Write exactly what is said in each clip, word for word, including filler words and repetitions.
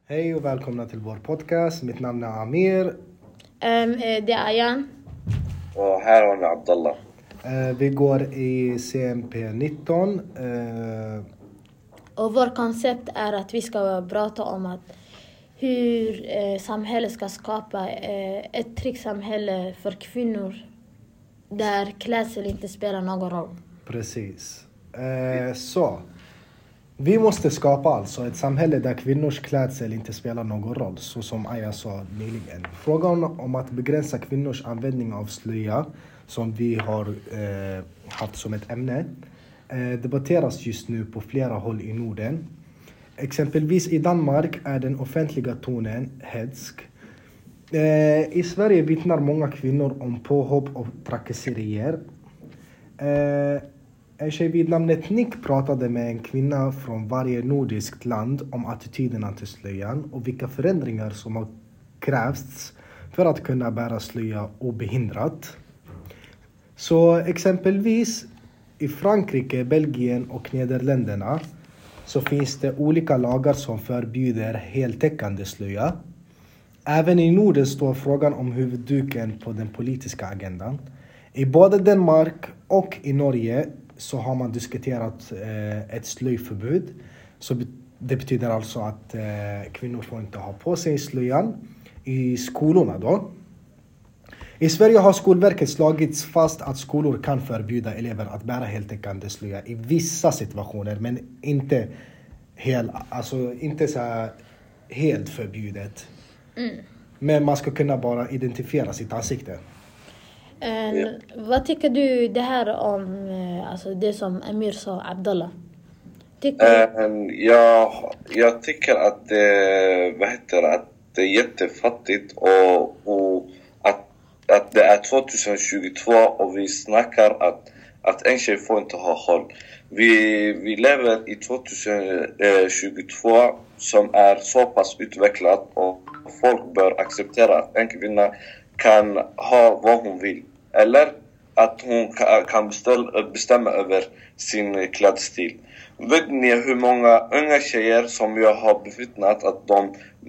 Hej och välkomna till vår podcast. Mitt namn är Amir. Um, det är Ayan. Och här har vi Abdallah. Uh, vi går i C M P nitton. Uh, och vår koncept är att vi ska prata om att hur eh, samhället ska skapa eh, ett tryggt samhälle för kvinnor där klädsel inte spelar någon roll. Precis. Uh, så. Vi måste skapa alltså ett samhälle där kvinnors klädsel inte spelar någon roll, så som Aya sa nyligen. Frågan om att begränsa kvinnors användning av slöja, som vi har eh, haft som ett ämne, eh, debatteras just nu på flera håll i Norden. Exempelvis i Danmark är den offentliga tonen hätsk. Eh, I Sverige vittnar många kvinnor om påhopp och trakasserier. Eh, En tjej vid namnet Nick pratade med en kvinna från varje nordiskt land om attityderna till slöjan och vilka förändringar som har krävts för att kunna bära slöja obehindrat. Så exempelvis i Frankrike, Belgien och Nederländerna så finns det olika lagar som förbjuder heltäckande slöja. Även i Norden står frågan om huvudduken på den politiska agendan. I både Danmark och i Norge så har man diskuterat eh, ett slöjförbud. Så be- det betyder alltså att eh, kvinnor får inte ha på sig slöjan i skolorna då. I Sverige har Skolverket slagits fast att skolor kan förbjuda elever att bära heltäckande slöja i vissa situationer, men inte, hel, alltså inte så här helt förbjudet. Mm. Men man ska kunna bara identifiera sitt ansikte. En, ja. Vad tycker du det här om alltså det som Amir sa, Abdallah? Tycker uh, jag, jag tycker att det, vad heter det, att det är jättefattigt och, och att, att det är tjugohundratjugotvå och vi snackar att, att en tjej får inte ha håll. Vi, vi lever i tjugohundratjugotvå som är så pass utvecklat och folk bör acceptera att en kvinna kan ha vad hon vill. Eller att hon kan bestämma över sin klädstil. Vet ni hur många unga tjejer som jag har bevittnat att de,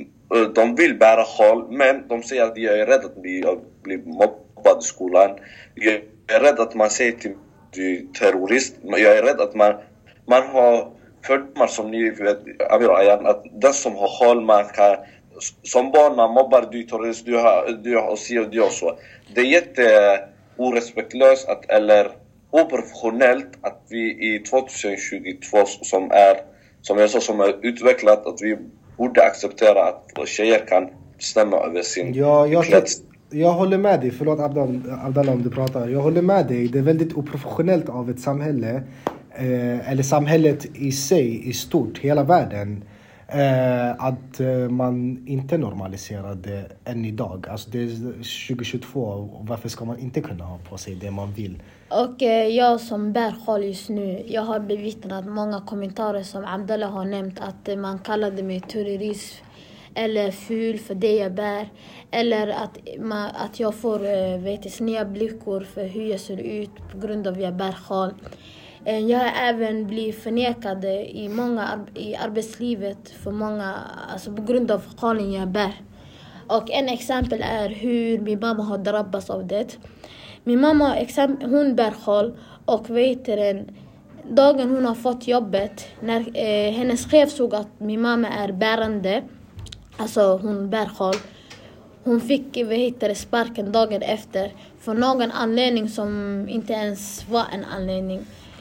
de vill bära sjal, men de säger att jag är rädd att bli, bli mobbad i skolan. Jag är rädd att man säger till terrorist. Jag är rädd att man, man har fördomar som ni vet, Amir och Ayan, att den som har sjal, man kan som barn man mobbar, du terrorist, du har, du har och så och du har så. Det är jätte orespektlöst att, eller oprofessionellt att vi i tjugohundratjugotvå som är, som jag sa, som är utvecklat, att vi borde acceptera att tjejer kan bestämma över sin ja, jag, kläds. Jag håller med dig, förlåt Abdallah om du pratar. Jag håller med dig, det är väldigt oprofessionellt av ett samhälle, eh, eller samhället i sig i stort, hela världen. Eh, att eh, man inte normaliserar det än idag. Alltså det är tjugohundratjugotvå och varför ska man inte kunna ha på sig det man vill? Och eh, jag som bär sjal just nu, jag har bevittnat många kommentarer som Abdallah har nämnt, att eh, man kallade mig terrorist eller ful för det jag bär, eller att, man, att jag får eh, vet, sneda blickor för hur jag ser ut på grund av att jag bär sjal. Jag har även blivit förnekad i många i arbetslivet för många, alltså på grund av sjalen jag bär. Och en exempel är hur min mamma har drabbats av det. Min mamma, hon bär sjal och vet den dagen hon har fått jobbet, när eh, hennes chef såg att min mamma är bärande, alltså hon bär sjal. Hon fick vet, sparken dagen efter för någon anledning som inte ens var en anledning.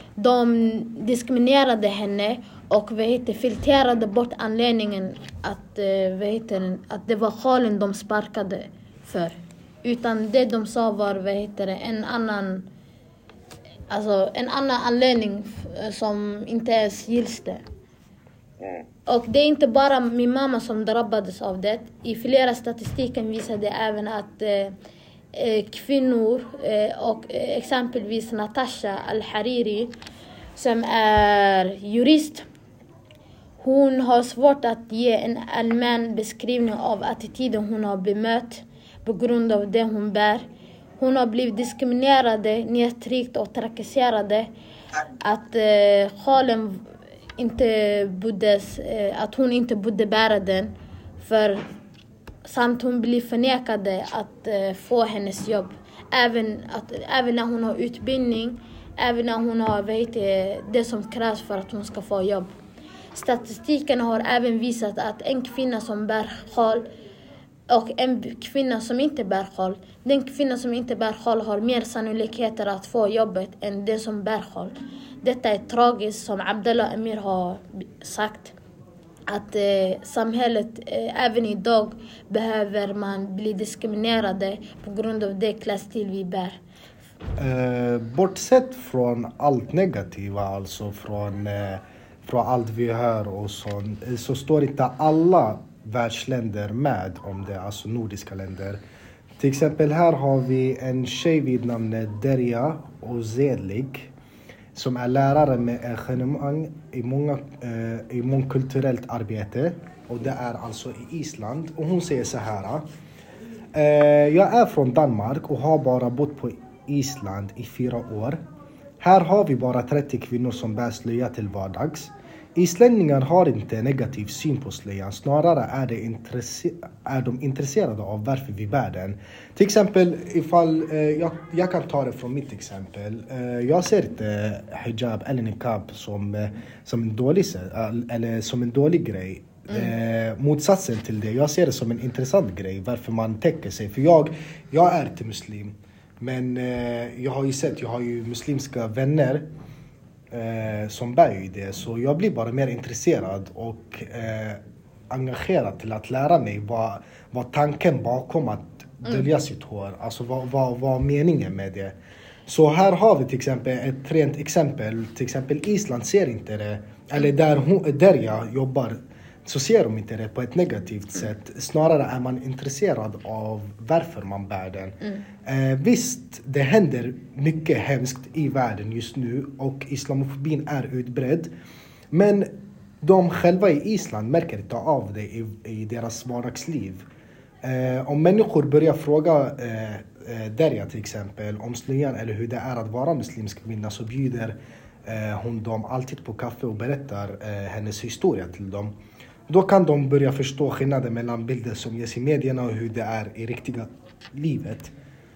De diskriminerade henne och vet, filtrerade bort anledningen att, vet, att det var sjalen de sparkade för. Utan det de sa var vet, en annan alltså en annan anledning som inte ens gills det. Och det är inte bara min mamma som drabbades av det. I flera statistiken visade även att eh, kvinnor eh, och eh, exempelvis Natasha Al-Hariri som är jurist, hon har svårt att ge en allmän beskrivning av attityden hon har bemött på grund av det hon bär. Hon har blivit diskriminerad, nedtryckt och trakasserad. Att eh, sjalen inte borde, eh, att hon inte borde bära den. För samt hon blir förnekade att uh, få hennes jobb. Även, att, även när hon har utbildning, även när hon har vet, det som krävs för att hon ska få jobb. Statistiken har även visat att en kvinna som bär sjal och en kvinna som inte bär sjal, den kvinna som inte bär sjal har mer sannolikheter att få jobbet än den som bär sjal. Detta är tragiskt, som Abdallah Amir har sagt. Att eh, samhället eh, även idag behöver man bli diskriminerade på grund av det klädstil vi bär. Eh, bortsett från allt negativa, alltså från, eh, från allt vi hör och sånt, så står inte alla världsländer med om det, alltså nordiska länder. Till exempel här har vi en tjej vid namnet Derya Ozedlik som är lärare med engagemang i, många, eh, i mångkulturellt arbete. Och det är alltså i Island. Och hon säger så här. Eh, jag är från Danmark och har bara bott på Island i fyra år. Här har vi bara trettio kvinnor som bär slöja till vardags. Islänningar har inte negativ syn på slöjan, snarare är, det intresse- är de intresserade av varför vi bär den. Till exempel, ifall, eh, jag, jag kan ta det från mitt exempel. Eh, jag ser inte hijab eller niqab som, eh, som, en dålig, eller som en dålig grej. Mm. Eh, motsatsen till det, jag ser det som en intressant grej, varför man täcker sig. För jag, jag är inte muslim, men eh, jag har ju sett, jag har ju muslimska vänner Eh, som bär ju det, så jag blir bara mer intresserad och eh, engagerad till att lära mig vad, vad tanken bakom att dölja mm. sitt hår, alltså vad, vad, vad meningen med det. Så här har vi till exempel ett rent exempel, till exempel Island ser inte det, eller där, hon, där jag jobbar så ser de inte det på ett negativt sätt. Snarare är man intresserad av varför man bär den. Mm. Eh, visst, det händer mycket hemskt i världen just nu och islamofobin är utbredd. Men de själva i Island märker inte av det i, i deras vardagsliv. Eh, om människor börjar fråga eh, eh, Derya till exempel om slöjan eller hur det är att vara muslimsk kvinna, så bjuder eh, hon dem alltid på kaffe och berättar eh, hennes historia till dem. Då kan de börja förstå skillnaden mellan bilder som ges i medierna och hur det är i riktiga livet.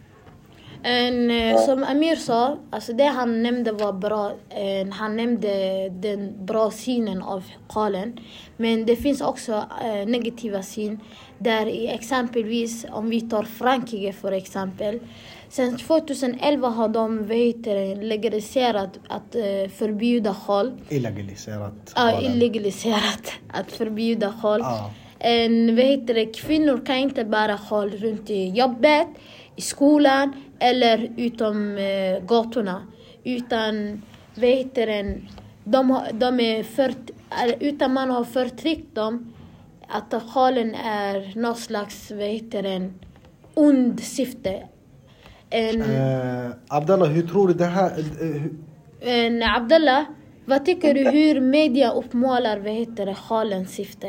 En, som Amir sa, alltså det han nämnde var bra. En, han nämnde den bra synen av sjalen. Men det finns också eh, negativa syn. Där i exempelvis, om vi tar Frankrike för exempel. Sen tjugoelva har de vet, legaliserat att eh, förbjuda sjal. Illegaliserat. Ja, illegaliserat att förbjuda sjal. Ah. En, vet det, kvinnor kan inte bära sjal runt i jobbet, i skolan eller utom eh, gatorna. Utan vet det, de, de är för, utan man har förtryckt dem att sjalen är något slags vet det, ond syfte. En, uh, Abdallah, hur tror du det här... Uh, en, Abdallah, vad tycker du hur media uppmålar vad heter det, sjalens syfte?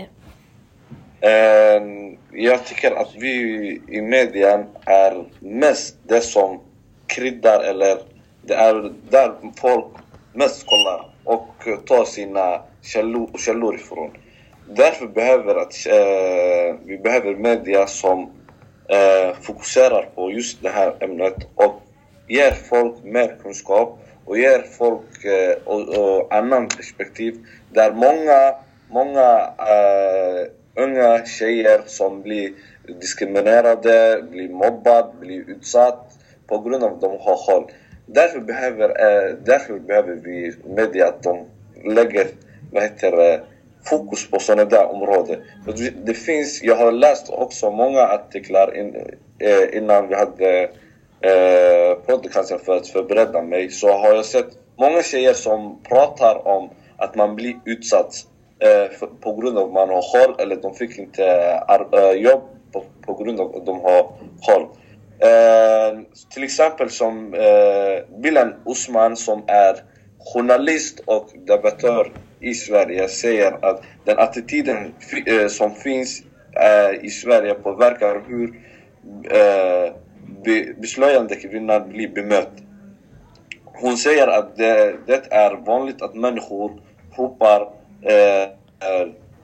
Uh, jag tycker att vi i medien är mest det som kryddar, eller det är där folk mest kollar och tar sina källor, källor ifrån. Därför behöver att, uh, vi behöver media som Uh, fokuserar på just det här ämnet och ger folk mer kunskap och ger folk uh, och, och annan perspektiv, där många många uh, unga tjejer som blir diskriminerade, blir mobbade, blir utsatt på grund av att de har sjal. Därför behöver uh, därför behöver vi media att de lägger vad heter uh, fokus på sådana där områden. Det finns, jag har läst också många artiklar in, eh, innan vi hade eh, podcasten för att förbereda mig, så har jag sett många tjejer som pratar om att man blir utsatt eh, för, på grund av att man har sjal, eller de fick inte ar- jobb på, på grund av att de har sjal. Eh, till exempel som eh, Bilan Osman som är journalist och debattör i Sverige säger att den attityden eh, som finns eh, i Sverige påverkar hur eh, be, beslöjande kvinnan blir bemött. Hon säger att det, det är vanligt att människor ropar eh,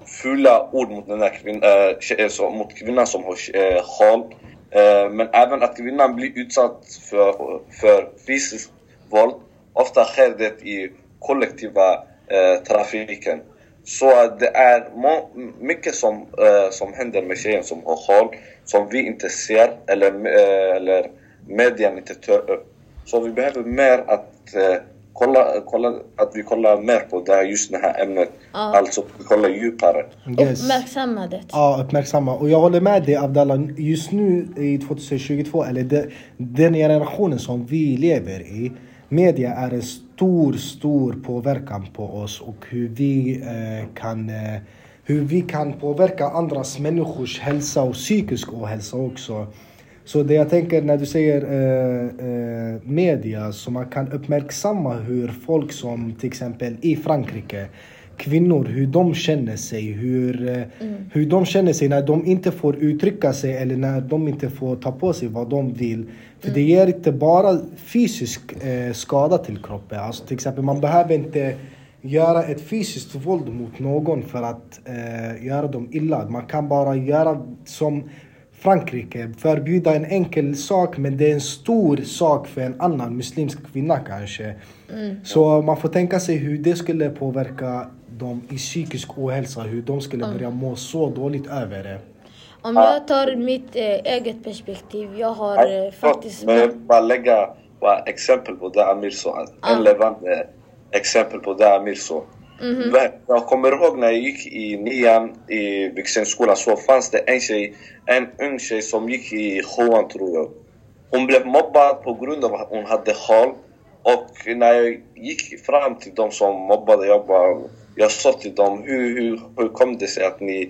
fula ord mot den här kvinnan, mot kvinnan som har äh, sjal. Äh, men även att kvinnan blir utsatt för, för fysisk våld. Ofta sker det i kollektiva äh, trafiken. Så det är må- mycket som, äh, som händer med tjejen som har sjal, som vi inte ser eller, äh, eller medien inte tar upp. Så vi behöver mer att äh, kolla, kolla, att vi kollar mer på det här, just det här ämnet. Ja. Alltså vi kollar djupare. Yes. Uppmärksamma det. Ja, uppmärksamma. Och jag håller med dig, Abdallah. Just nu i tjugohundratjugotvå, eller de, den generationen som vi lever i, media är en stor, stor påverkan på oss och hur vi eh, kan eh, hur vi kan påverka andras människors hälsa och psykisk ohälsa också. Så det jag tänker när du säger eh, eh, media, så man kan uppmärksamma hur folk som till exempel i Frankrike, kvinnor, hur de känner sig, hur, eh, mm. hur de känner sig när de inte får uttrycka sig eller när de inte får ta på sig vad de vill. För mm. det ger inte bara fysisk eh, skada till kroppen. Alltså till exempel man behöver inte göra ett fysiskt våld mot någon för att eh, göra dem illa. Man kan bara göra som Frankrike, förbjuda en enkel sak, men det är en stor sak för en annan muslimsk kvinna kanske. Mm. Så man får tänka sig hur det skulle påverka dem i psykisk ohälsa, hur de skulle mm. börja må så dåligt över det. Om jag tar mitt äh, eget perspektiv, jag har äh, faktiskt... Men jag bara lägga bara exempel på det Amir sa. Ah. En levande exempel på det Amir sa. Mm-hmm. Jag kommer ihåg när jag gick i nian i vuxenskolan, så fanns det en tjej, en ung tjej som gick i sjuan tror jag. Hon blev mobbad på grund av att hon hade sjal. Och när jag gick fram till dem som mobbade, jag bara, jag sa till dem, hur, hur, hur kom det sig att ni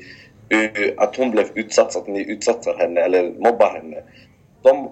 att hon blev utsatt, att ni utsatte henne eller mobbar henne. De,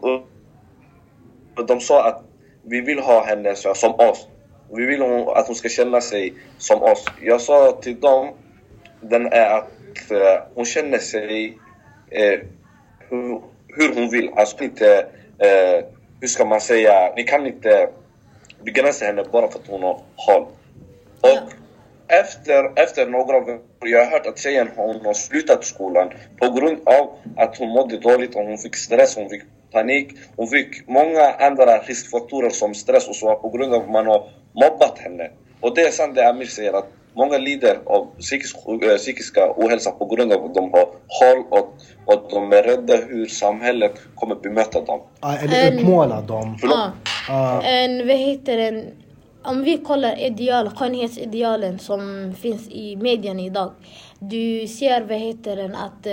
de sa att vi vill ha henne som oss. Vi vill att hon ska känna sig som oss. Jag sa till dem, den är att uh, hon känner sig uh, hur, hur hon vill. Alltså inte, uh, hur ska man säga, ni kan inte begränsa henne bara för att hon har sjal. Och ja. efter, efter några år, jag har hört att tjejen hon har slutat skolan på grund av att hon mådde dåligt och hon fick stress, hon fick panik. Hon fick många andra riskfaktorer som stress och så på grund av att man har mobbat henne. Och det är sant det Amir säger, att många lider av psykisk, äh, psykiska ohälsa på grund av att de har sjal och, och de är rädda hur samhället kommer bemöta dem. Ah, eller uppmåla dem. Ja. Ah. En, vad heter den? Om vi kollar ideal, skönhetsidealen som finns i medien idag. Du ser, vad heter den, att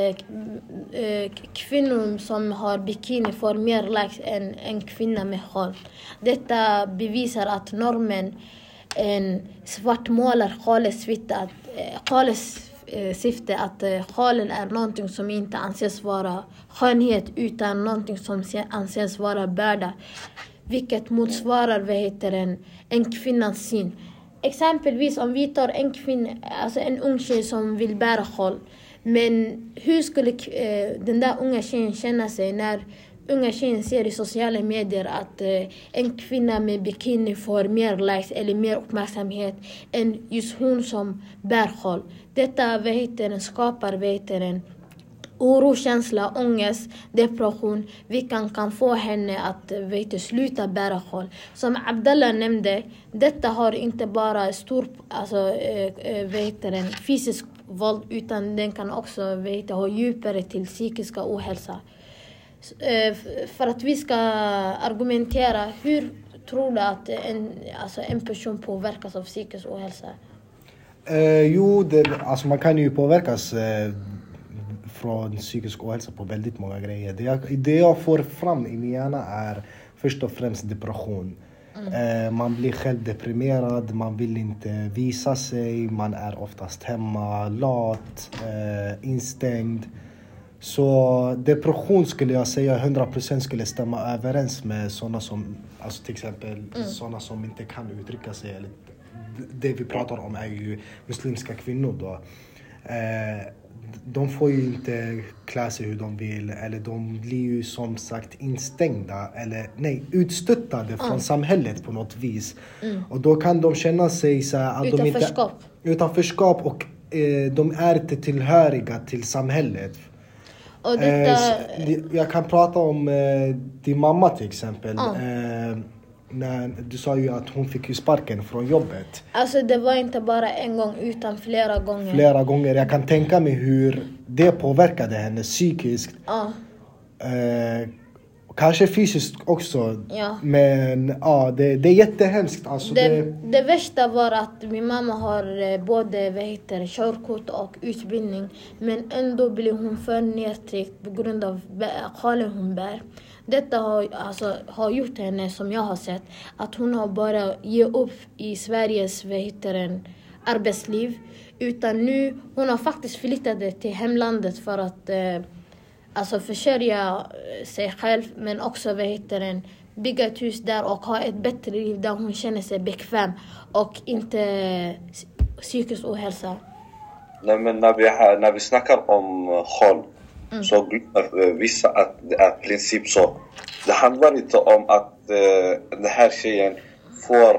äh, kvinnor som har bikini får mer likes än en kvinna med sjal. Detta bevisar att normen en svartmålar sjalens syfte att, sjalens, äh, syfte att äh, sjalen är någonting som inte anses vara skönhet utan någonting som anses vara börda. Vilket motsvarar, vad heter en, en kvinnans syn. Exempelvis om vi tar en kvinna, alltså en ung tjej som vill bära sjal. Men hur skulle eh, den där unga tjejen känna sig när unga tjejen ser i sociala medier att eh, en kvinna med bikini får mer likes eller mer uppmärksamhet än just hon som bär sjal. Detta, vad heter den, skapar, vad heter den, oro, känsla, ångest, depression, vilken kan få henne att vet, sluta bära sjal. Som Abdallah nämnde, detta har inte bara stor, alltså, äh, vet den, fysisk våld, utan den kan också vet, ha djupare till psykiska ohälsa. Äh, för att vi ska argumentera, hur tror du att en, alltså, en person påverkas av psykisk ohälsa? Uh, jo, det, alltså man kan ju påverkas uh, från psykisk ohälsa på väldigt många grejer. Det jag, det jag får fram i min hjärna är först och främst depression. Mm. Eh, man blir själv deprimerad, man vill inte visa sig, man är oftast hemma, lat, eh, instängd. Så depression skulle jag säga hundra procent skulle stämma överens med sådana som, alltså till exempel mm. sådana som inte kan uttrycka sig. Eller, det vi pratar om är ju muslimska kvinnor då. Eh, de får ju inte klä sig hur de vill, eller de blir ju som sagt instängda eller nej, utstöttade mm. från samhället på något vis. Mm. Och då kan de känna sig så här att utanförskap. De inte, utanförskap och eh, de är inte tillhöriga till samhället. Och detta... Eh, jag kan prata om eh, din mamma till exempel. Ja. Eh, när, du sa ju att hon fick ju sparken från jobbet. Alltså det var inte bara en gång utan flera gånger. Flera gånger. Jag kan tänka mig hur det påverkade henne psykiskt. Ja. Eh, kanske fysiskt också. Ja. Men ja, det, det är jättehemskt. Alltså, Det, det... det värsta var att min mamma har eh, både vad heter, det, körkort och utbildning. Men ändå blir hon för nedtryckt på grund av bä- sjalen hon bär. Detta har, alltså, har gjort henne, som jag har sett, att hon har bara gett upp i Sveriges vad heter det, arbetsliv. Utan nu, hon har faktiskt flyttat till hemlandet för att eh, alltså försörja sig själv, men också vad heter det, bygga ett hus där och ha ett bättre liv där hon känner sig bekväm och inte psykisk ohälsa. Nej, men när vi, har, när vi snackar om sjal mm. så glömmer vissa att det är princip så. Det handlar inte om att uh, den här tjejen får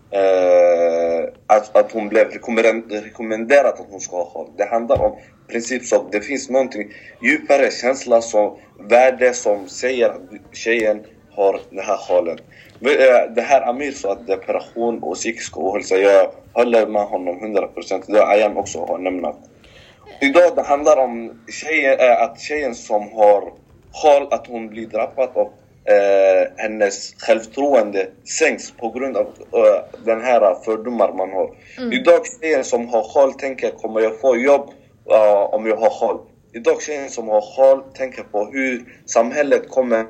uh, att, att hon blev rekommenderad att hon ska ha sjal. Det handlar om princip så. Det finns någonting djupare känsla som värde som säger att tjejen har den här sjalen. Det här Amir sa att depression och psykisk ohälsa, jag håller med honom hundra procent. Det har Ayan också har nämnt. Idag det handlar om tjejen, att tjejen som har sjal, att hon blir drabbad av eh, hennes självtroende sänks på grund av eh, den här fördomar man har. Mm. Idag tjejen som har sjal tänker, kommer jag få jobb uh, om jag har sjal? Idag tjejen som har sjal tänker på hur samhället kommer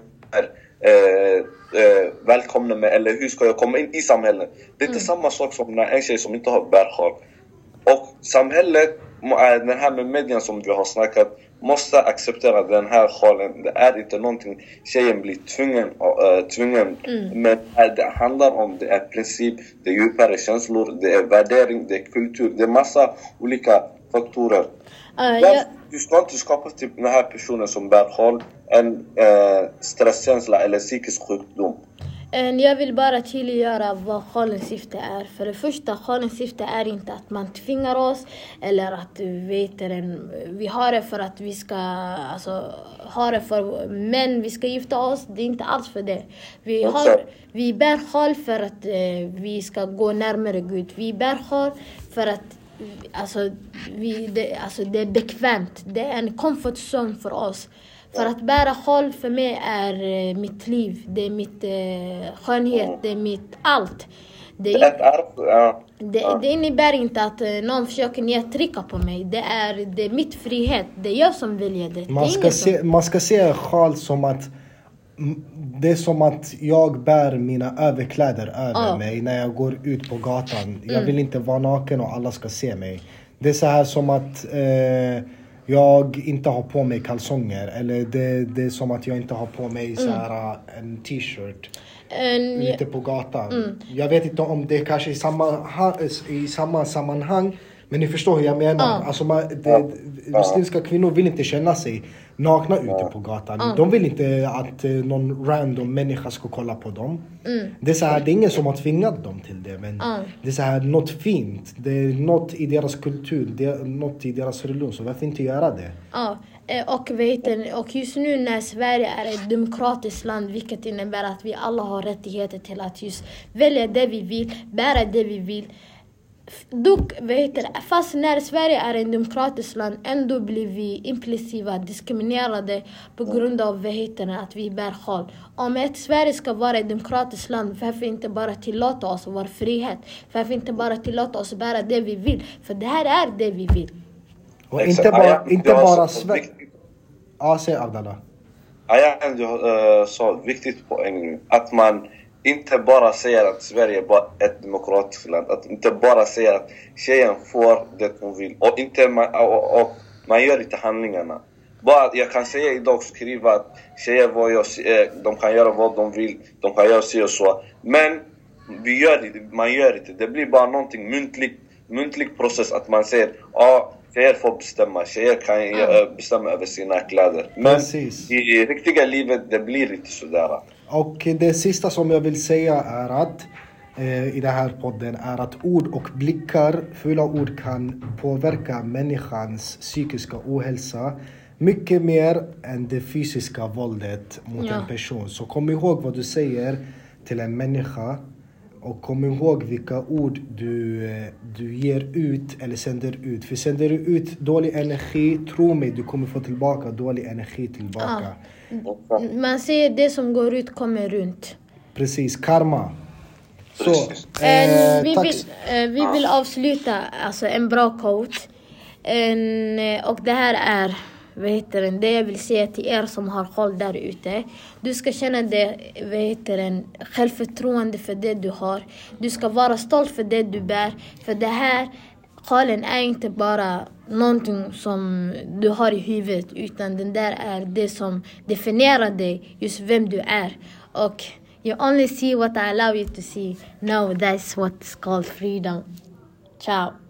Eh, eh, välkomna med, eller hur ska jag komma in i samhället. Det är inte mm. samma sak som när en tjej som inte har bärsjal. Och samhället, den här med medien som vi har snackat, måste acceptera den här sjalen. Det är inte någonting tjejen blir tvungen, äh, tvungen. Mm. Men det handlar om, det är princip, det är djupare känslor, det är värdering, det är kultur, det är massa olika faktorer. Uh, yeah. Du ska inte skapa typ den här personen som bär sjal en äh, stresskänsla eller psykisk sjukdom. Jag vill bara tydliggöra vad sjalens syfte är. För det första, sjalens syfte är inte att man tvingar oss eller att vet en, vi har det för att vi ska alltså, ha det för män, vi ska gifta oss. Det är inte alls för det. Vi, har, vi bär sjal för att eh, vi ska gå närmare Gud. Vi bär sjal för att alltså, vi, det, alltså, det är bekvämt. Det är en comfort zone för oss. För att bära sjal för mig är eh, mitt liv. Det är mitt eh, skönhet. Mm. Det är mitt allt. Det, är, ja. det, det innebär inte att eh, någon försöker nedtrycka på mig. Det är, det är mitt frihet. Det är jag som väljer det. Man det ska, se, som... man ska se sjal som att det är som att jag bär mina överkläder över oh. mig när jag går ut på gatan. Jag mm. vill inte vara naken och alla ska se mig. Det är så här som att eh, jag inte har på mig kalsonger. Eller det, det är som att jag inte har på mig så här, en t-shirt en, ute på gatan. Mm. Jag vet inte om det kanske är i samma, i samma sammanhang. Men ni förstår hur jag menar. Mm. Alltså, man, det, muslimska kvinnor vill inte känna sig nakna ute på gatan. Mm. De vill inte att eh, någon random människa ska kolla på dem. Mm. Det är så här, det är ingen som har tvingat dem till det. Men mm. det är så här, något fint. Det är något i deras kultur. Det är något i deras religion. Så varför inte göra det? Ja, och, vet, och just nu när Sverige är ett demokratiskt land, vilket innebär att vi alla har rättigheter till att just välja det vi vill, bära det vi vill. Dock, vet du, fast när Sverige är en demokratisk land, ändå blir vi implicita diskriminerade på grund av vet du, att vi bär sjal. Om ett Sverige ska vara ett demokratiskt land, varför inte bara tillåta oss vår frihet? Varför inte bara tillåta oss bära det vi vill? För det här är det vi vill. Och inte bara, inte bara Sverige. Ja, säg Abdallah. Ayan, du uh, sa viktigt poäng att man inte bara säger att Sverige är bara ett demokratiskt land. Att inte bara säger att tjejen får det hon vill. Och, inte man, och, och man gör inte handlingarna. Bara, jag kan säga idag, skriva att tjejer vad jag, de kan göra vad de vill. De kan göra sig och så. Men vi gör det, man gör inte. Det blir bara någonting muntligt. Muntlig process att man säger ja, tjejer får bestämma. Tjejer kan mm. bestämma över sina kläder. Men precis. I riktiga livet det blir inte sådär. Och det sista som jag vill säga är att i den här podden är att ord och blickar, fula ord kan påverka människans psykiska ohälsa mycket mer än det fysiska våldet mot Ja. en person. Så kom ihåg vad du säger till en människa och kom ihåg vilka ord du, du ger ut eller sänder ut. För sänder du ut dålig energi, tro mig, du kommer få tillbaka dålig energi tillbaka. Ja. Man säger det som går ut kommer runt. Precis, karma. Så, Precis. Eh, eh, vi, tack. vill, eh, vi vill avsluta alltså, en bra quote. En, eh, och det här är vad heter det, det jag vill säga till er som har koll där ute. Du ska känna dig vad heter det, självförtroende för det du har. Du ska vara stolt för det du bär. För det här sjalen är inte bara någonting som du har i huvudet, utan den där är det som definierar dig, just vem du är. Och you only see what I allow you to see. No, that's what's called freedom. Ciao.